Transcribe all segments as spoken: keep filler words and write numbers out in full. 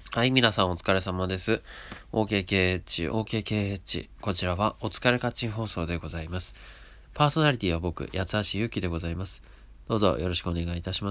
はい、皆さんお疲れ様です。オーケーケーエイチ、オーケーケーエイチ。こちらはお疲れカッチン放送でございます。パーソナリティは僕、八橋ゆきでございます。どうぞよろしくお願いいたします。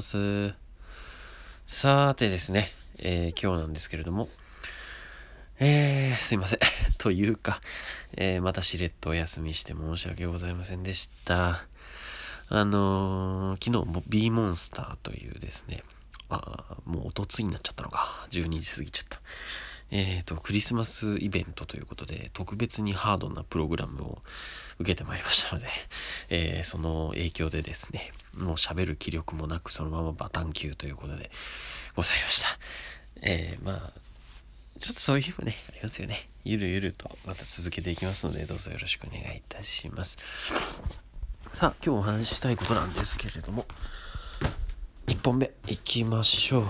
さーてですね、えー、今日なんですけれども、えー、すいません。というか、えー、またしれっとお休みして申し訳ございませんでした。あのー、昨日も B モンスターというですね、あもうおとついになっちゃったのか。じゅうにじ過ぎちゃった。えーと、クリスマスイベントということで、特別にハードなプログラムを受けてまいりましたので、えー、その影響でですね、もう喋る気力もなく、そのままバタン級ということでございました。えー、まあ、ちょっとそういう日もね、ありますよね。ゆるゆるとまた続けていきますので、どうぞよろしくお願いいたします。さあ、今日お話ししたいことなんですけれども、いっぽんめいきましょう。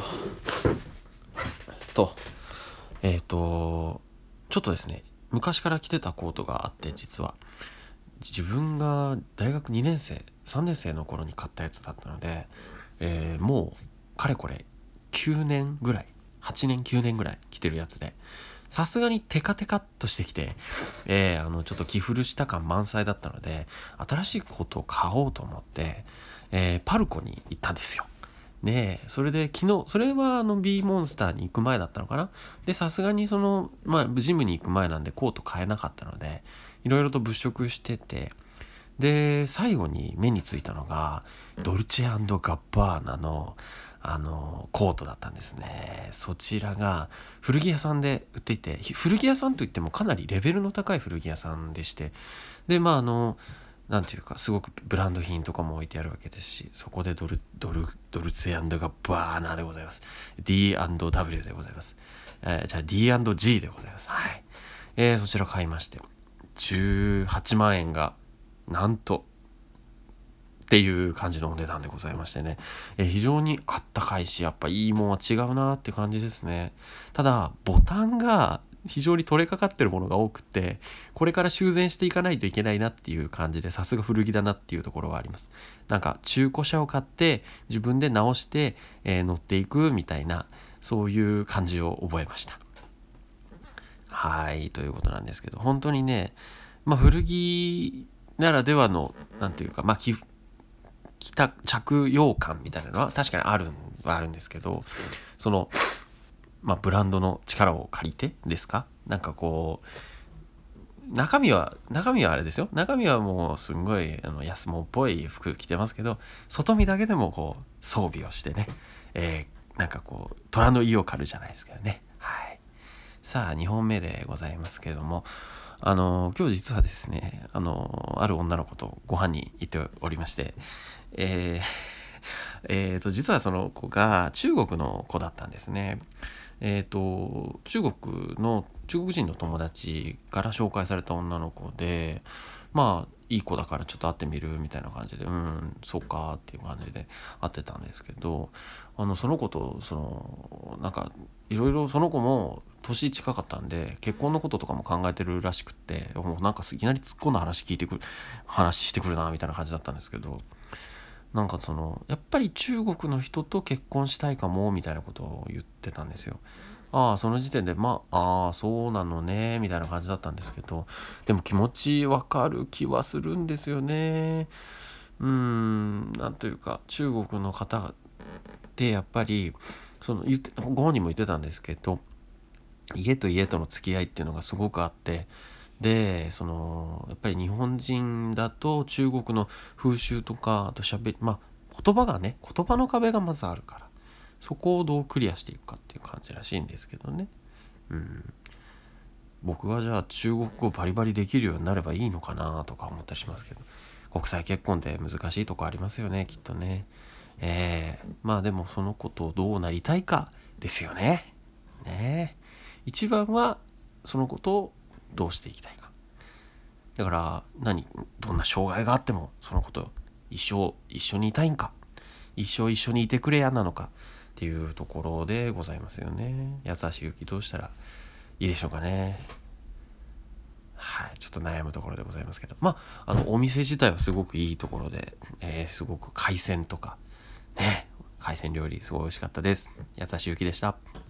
と、えっと、ちょっとですね、昔から着てたコートがあって、実は、自分が大学にねん生、さんねん生の頃に買ったやつだったので、えー、もう、かれこれ、きゅうねんぐらい、はちねんきゅうねんぐらい着てるやつで、さすがにテカテカっとしてきて、えー、あの、ちょっと着古した感満載だったので、新しいコートを買おうと思って、えー、パルコに行ったんですよ。で、それで昨日、それはあの B モンスターに行く前だったのかな。で、さすがにその、まあ、ジムに行く前なんでコート買えなかったので、いろいろと物色してて、で、最後に目についたのが、ドルチェガッバーナの、あの、コートだったんですね。そちらが古着屋さんで売っていて、古着屋さんといってもかなりレベルの高い古着屋さんでして、で、まあ、あの、なんていうか、すごくブランド品とかも置いてあるわけですし、そこでドル、ドル、ドルツェガッバーナでございます。ディーアンドダブリュー でございます。えー、じゃあ ディーアンドジー でございます。はい。えー、そちら買いまして、じゅうはちまんえんが、なんと、っていう感じのお値段でございましてね、えー、非常にあったかいし、やっぱいいもんは違うなって感じですね。ただ、ボタンが非常に取れかかってるものが多くて、これから修繕していかないといけないなっていう感じで、さすが古着だなっていうところはあります。なんか中古車を買って自分で直して、えー、乗っていくみたいな、そういう感じを覚えました。はい、ということなんですけど、本当にね、まあ古着ならではの、なんていうか、まあ着た着用感みたいなのは確かにあるはあるんですけど、そのまあブランドの力を借りてですか、なんかこう中身は中身はあれですよ、中身はもうすんごいあの安物っぽい服着てますけど、外見だけでもこう装備をしてね、えー、なんかこう虎の意を狩るじゃないですけどね。はい。さあにほんめでございますけれども、あの今日実はですね、あのある女の子とご飯に行っておりまして、えーえーと実はその子が中国の子だったんですね。えーと中国の中国人の友達から紹介された女の子で、まあいい子だからちょっと会ってみるみたいな感じで、うんそうかっていう感じで会ってたんですけど、あのその子とそのなんかいろいろ、その子も年近かったんで結婚のこととかも考えてるらしくって、もうなんかいきなり突っ込んだ話聞いてくる話してくるなみたいな感じだったんですけど、なんかそのやっぱり中国の人と結婚したいかもみたいなことを言ってたんですよ。ああその時点でまあああそうなのねみたいな感じだったんですけど、でも気持ちわかる気はするんですよね。うーんなんというか、中国の方ってやっぱりその言ってご本人も言ってたんですけど、家と家との付き合いっていうのがすごくあって、でそのやっぱり日本人だと中国の風習とか、あとしゃべり、まあ言葉がね、言葉の壁がまずあるから、そこをどうクリアしていくかっていう感じらしいんですけどね。うん僕がじゃあ中国語バリバリできるようになればいいのかなとか思ったりしますけど、国際結婚って難しいとこありますよね、きっとね。えー、まあでもそのことをどうなりたいかですよね。ねえ一番はそのことをどうしていきたいか。だから何どんな障害があってもそのことを一生一緒にいたいんか、一生一緒にいてくれやなのかっていうところでございますよね。八橋ゆきどうしたらいいでしょうかね。はい、ちょっと悩むところでございますけど、まああのお店自体はすごくいいところで、えー、すごく海鮮とかね、海鮮料理すごい美味しかったです。八橋ゆきでした。